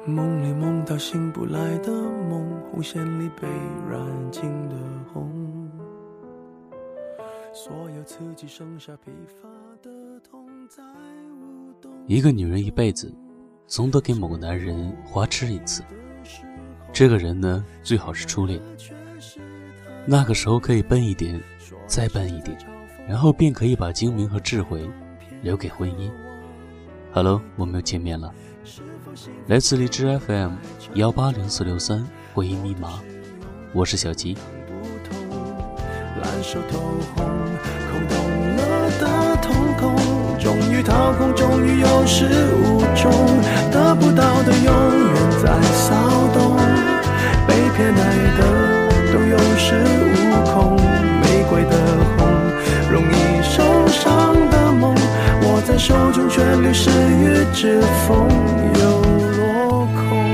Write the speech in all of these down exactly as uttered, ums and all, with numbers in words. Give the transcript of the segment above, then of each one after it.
梦里梦到醒不来的梦，红线里被染尽的红，所有刺激剩下疲乏的痛，再无动。 一个女人一辈子总得给某个男人花痴一次，这个人呢，最好是初恋，那个时候可以笨一点，再笨一点，然后便可以把精明和智慧留给婚姻。Hello， 我们又见面了，来自荔枝 F M 一八零四六三婚姻密码，我是小吉。 烂熟透红，空洞了的瞳孔，终于掏空，终于有始无终，得不到的永远在骚动，被偏爱的都有恃无恐，玫瑰的红，容易受伤的梦，握在手中却流失于指缝，又落空。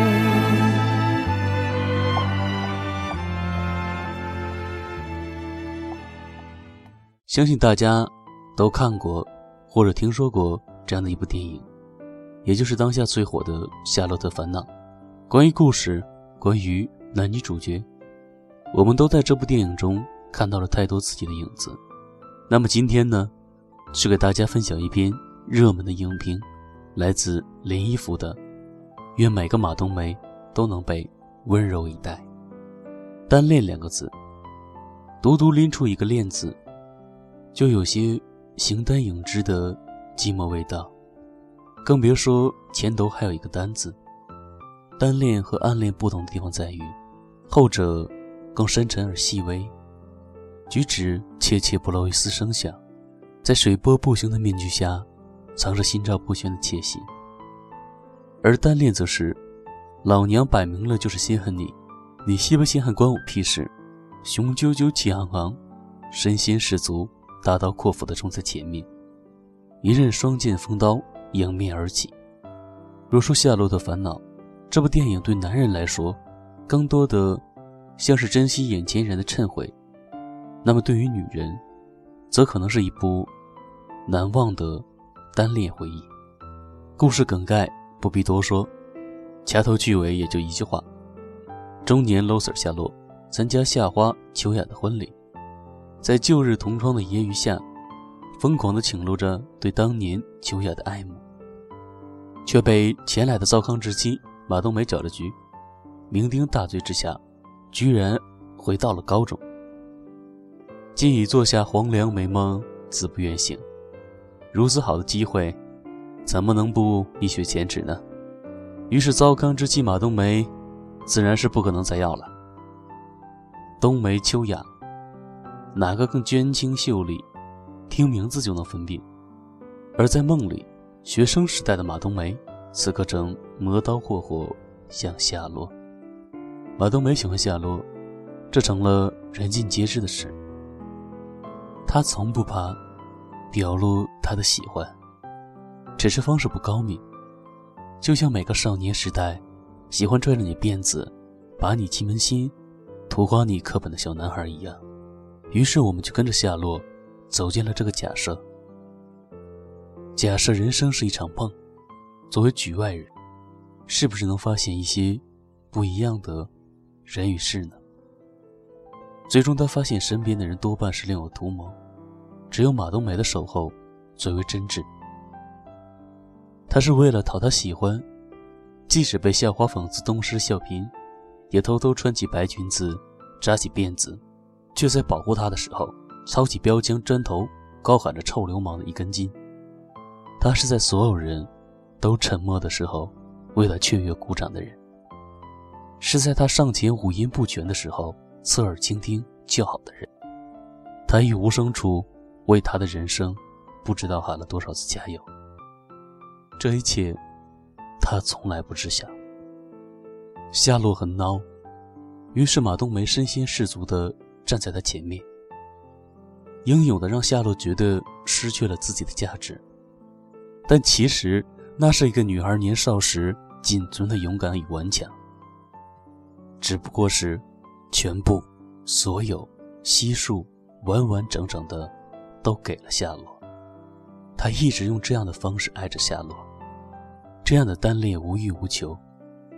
相信大家都看过或者听说过这样的一部电影，也就是当下最火的《夏洛特烦恼》。关于故事，关于男女主角，我们都在这部电影中看到了太多自己的影子。那么今天呢，是给大家分享一篇热门的影评，来自林一福的《愿每个马冬梅都能被温柔以待》。单恋两个字，独独拎出一个恋字，就有些形单影只的寂寞味道，更别说前头还有一个单字。单恋和暗恋不同的地方在于，后者更深沉而细微，举止切切不露一丝声响，在水波不兴的面具下藏着心照不宣的窃喜。而单恋则是老娘摆明了就是心恨你，你稀不稀罕关我屁事，雄赳赳气昂昂，身先士卒，大刀阔斧地冲在前面，一刃双剑锋刀迎面而起。若说《夏洛特烦恼》这部电影对男人来说更多的像是珍惜眼前人的忏悔，那么对于女人则可能是一部难忘的单恋回忆。故事梗概不必多说，掐头去尾也就一句话：中年 loser 夏洛参加夏花秋雅的婚礼，在旧日同窗的揶揄下，疯狂地倾露着对当年秋雅的爱慕，却被前来的糟糠之妻马冬梅搅了局，酩酊大醉之下，居然回到了高中。既已做下黄粱美梦，自不愿醒，如此好的机会，怎么能不一雪前耻呢？于是糟糠之妻马冬梅自然是不可能再要了。冬梅秋雅，哪个更娟清秀丽，听名字就能分辨。而在梦里，学生时代的马冬梅此刻正磨刀霍霍向夏洛。马冬梅喜欢夏洛，这成了人尽皆知的事。他从不怕表露他的喜欢，只是方式不高明，就像每个少年时代喜欢拽着你辫子，把你进门心，图花你课本的小男孩一样。于是我们就跟着夏洛走进了这个假设。假设人生是一场梦，作为局外人，是不是能发现一些不一样的人与事呢？最终他发现身边的人多半是另有图谋，只有马冬梅的守候最为真挚。他是为了讨她喜欢，即使被校花讽刺东施效颦，也偷偷穿起白裙子，扎起辫子，却在保护她的时候操起标枪砖头，高喊着臭流氓的一根筋。他是在所有人都沉默的时候为他雀跃鼓掌的人，是在他上前五音不全的时候侧耳倾听叫好的人。他于无声处为他的人生不知道喊了多少次加油。这一切他从来不知晓。夏洛很孬，于是马冬梅身先士卒地站在他前面，英勇地让夏洛觉得失去了自己的价值。但其实那是一个女孩年少时仅存的勇敢与顽强，只不过是全部所有悉数完完整整的都给了夏洛。他一直用这样的方式爱着夏洛，这样的单恋无欲无求，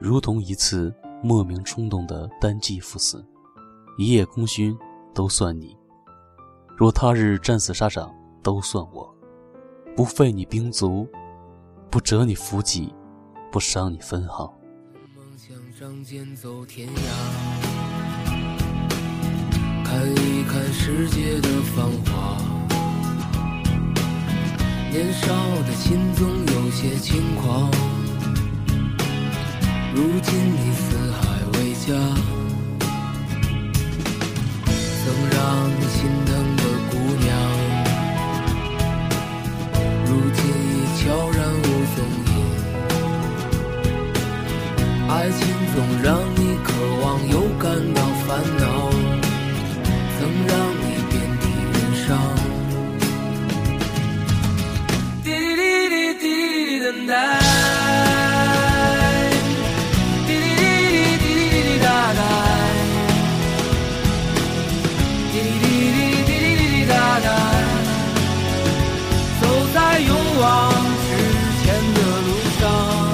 如同一次莫名冲动的单骑赴死，一夜功勋都算你，若他日战死沙场都算我，不废你兵卒，不折你伏击，不伤你分毫。 梦想仗剑走天涯，看一看世界的繁华，年少的心总有些轻狂，如今你四海为家，曾让你心疼的姑娘，如今已悄然无踪影。爱情总让你渴望又感到烦恼，曾让你遍体鳞伤。滴滴滴滴滴滴等待，滴滴滴滴滴滴滴滴哒哒，滴滴滴滴滴滴滴滴哒哒，走在勇往直前的路上。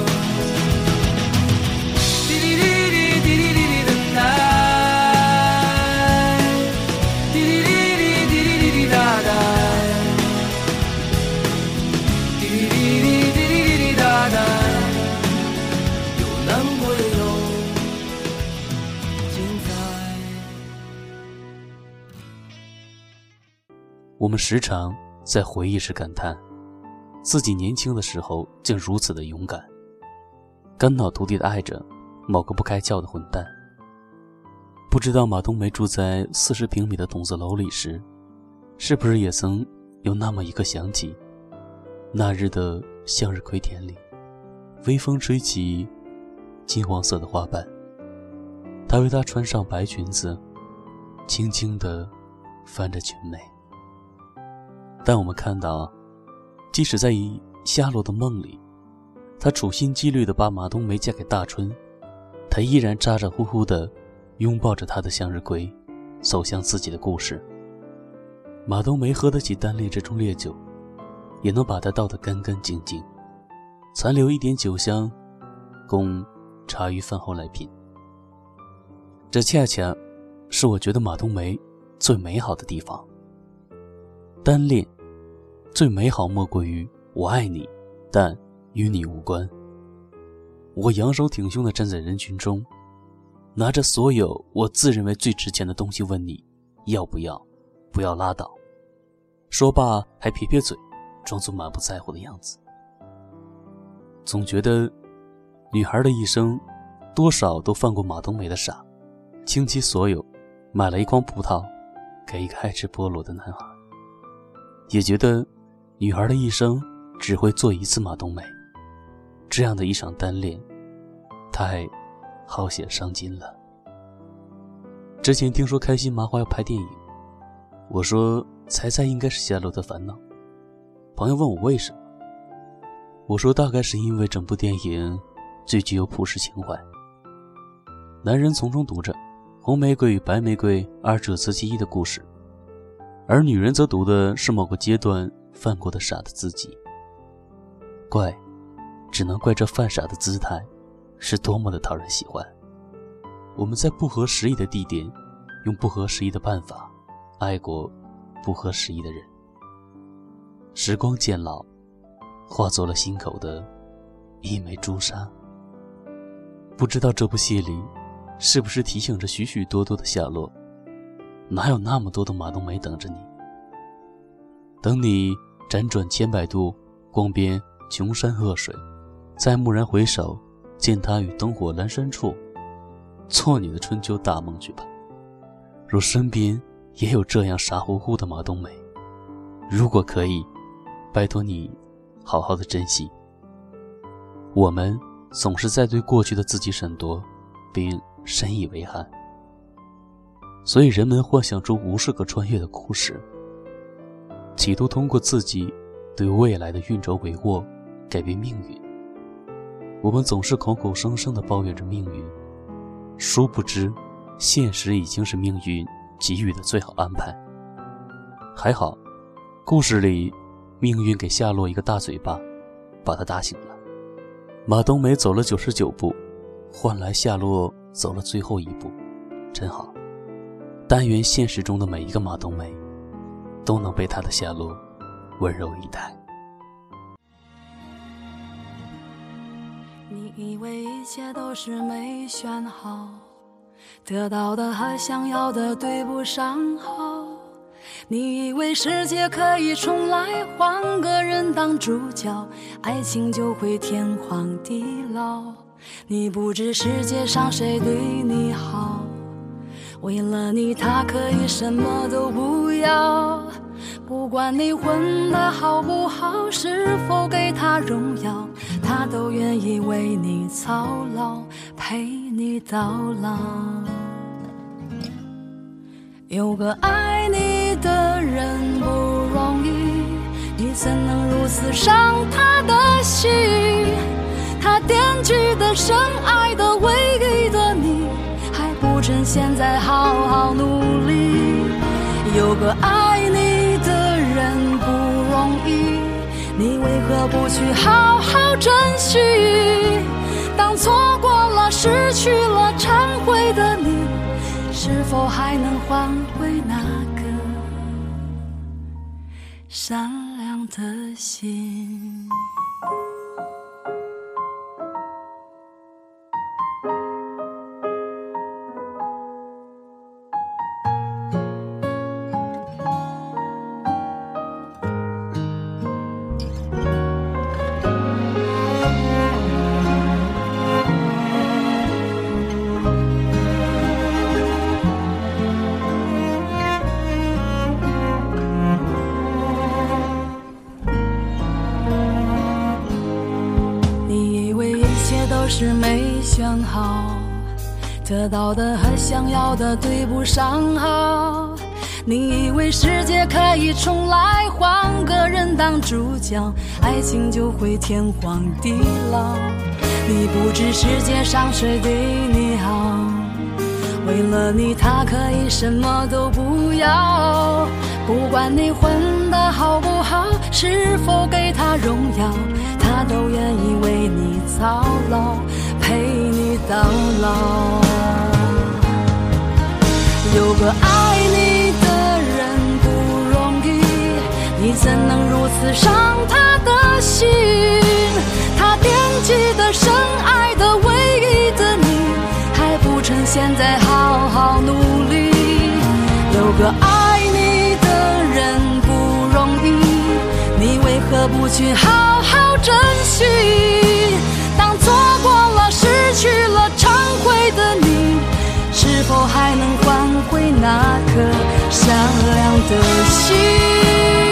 我们时常在回忆时感叹，自己年轻的时候竟如此的勇敢，肝脑涂地的爱着某个不开窍的混蛋。不知道马冬梅住在四十平米的筒子楼里时，是不是也曾有那么一刻想起，那日的向日葵田里，微风吹起金黄色的花瓣，她为她穿上白裙子，轻轻地翻着裙袂。但我们看到，即使在夏洛的梦里，他处心积虑地把马冬梅嫁给大春，他依然咋咋呼呼地拥抱着他的向日葵，走向自己的故事。马冬梅喝得起单恋这种烈酒，也能把它倒得干干净净，残留一点酒香，供茶余饭后来品。这恰恰是我觉得马冬梅最美好的地方。单恋最美好莫过于我爱你，但与你无关。我扬手挺胸地站在人群中，拿着所有我自认为最值钱的东西问你要不要，不要拉倒。说罢还撇撇嘴，装作满不在乎的样子。总觉得女孩的一生多少都犯过马冬梅的傻，倾其所有买了一筐葡萄给一个爱吃菠萝的男孩。也觉得女孩的一生只会做一次马冬梅，这样的一场单恋太好血伤筋了。之前听说开心麻花要拍电影，我说猜猜应该是夏洛特烦恼。朋友问我为什么，我说大概是因为整部电影最具有普世情怀，男人从中读着红玫瑰与白玫瑰二者择其一的故事，而女人则读的是某个阶段犯过的傻的自己。怪，只能怪这犯傻的姿态是多么的讨人喜欢。我们在不合时宜的地点，用不合时宜的办法，爱过不合时宜的人。时光渐老，化作了心口的一枚朱砂。不知道这部戏里是不是提醒着许许多多的夏洛，哪有那么多的马冬梅等着你？等你辗转千百度，逛遍穷山恶水，再蓦然回首，见他与灯火阑珊处，做你的春秋大梦去吧。若身边也有这样傻乎乎的马冬梅，如果可以，拜托你好好的珍惜。我们总是在对过去的自己闪躲，并深以为憾，所以人们幻想出无数个穿越的故事，企图通过自己对未来的运筹帷幄改变命运。我们总是口口声声地抱怨着命运，殊不知现实已经是命运给予的最好安排。还好故事里命运给夏洛一个大嘴巴，把他打醒了。马冬梅走了九十九步， 换来夏洛走了最后一步，真好。但愿现实中的每一个马冬梅都能被他的夏洛温柔以待。 你以为一切都是没选好，得到的和想要的对不上号，你以为世界可以重来，换个人当主角，爱情就会天荒地老。你不知世界上谁对你好，为了你他可以什么都不要，不管你混得好不好，是否给他荣耀，他都愿意为你操劳，陪你到老。有个爱你的人不容易，你怎能如此伤他的心？他惦记的深爱的唯一的你，还不趁现在好好努力。有个爱你的人不容易，你为何不去好好珍惜？当错过了失去了忏悔的你，是否还能换回那个善良的心？是没选好，得到的和想要的对不上号。你以为世界可以重来，换个人当主角，爱情就会天荒地老。你不知世界上谁对你好，为了你他可以什么都不要，不管你混得好不好，是否给他荣耀，他都愿意为你操劳，陪你到老。有个爱你的人不容易，你怎能如此伤他的心？他惦记的深爱的唯一的你，还不趁现在好好努力。有个爱你的人不容易，你为何不去好好珍惜？当错过了失去了忏悔的你，是否还能换回那颗善良的心？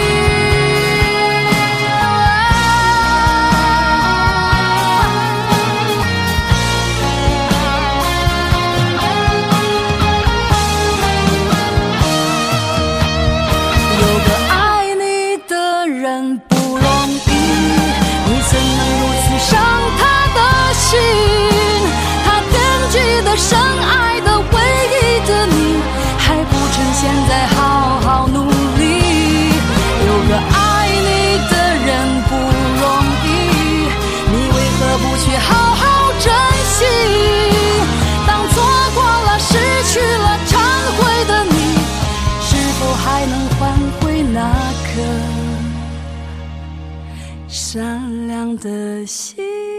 深爱的唯一的你，还不趁现在好好努力。有个爱你的人不容易，你为何不去好好珍惜？当错过了失去了忏悔的你，是否还能换回那颗善良的心？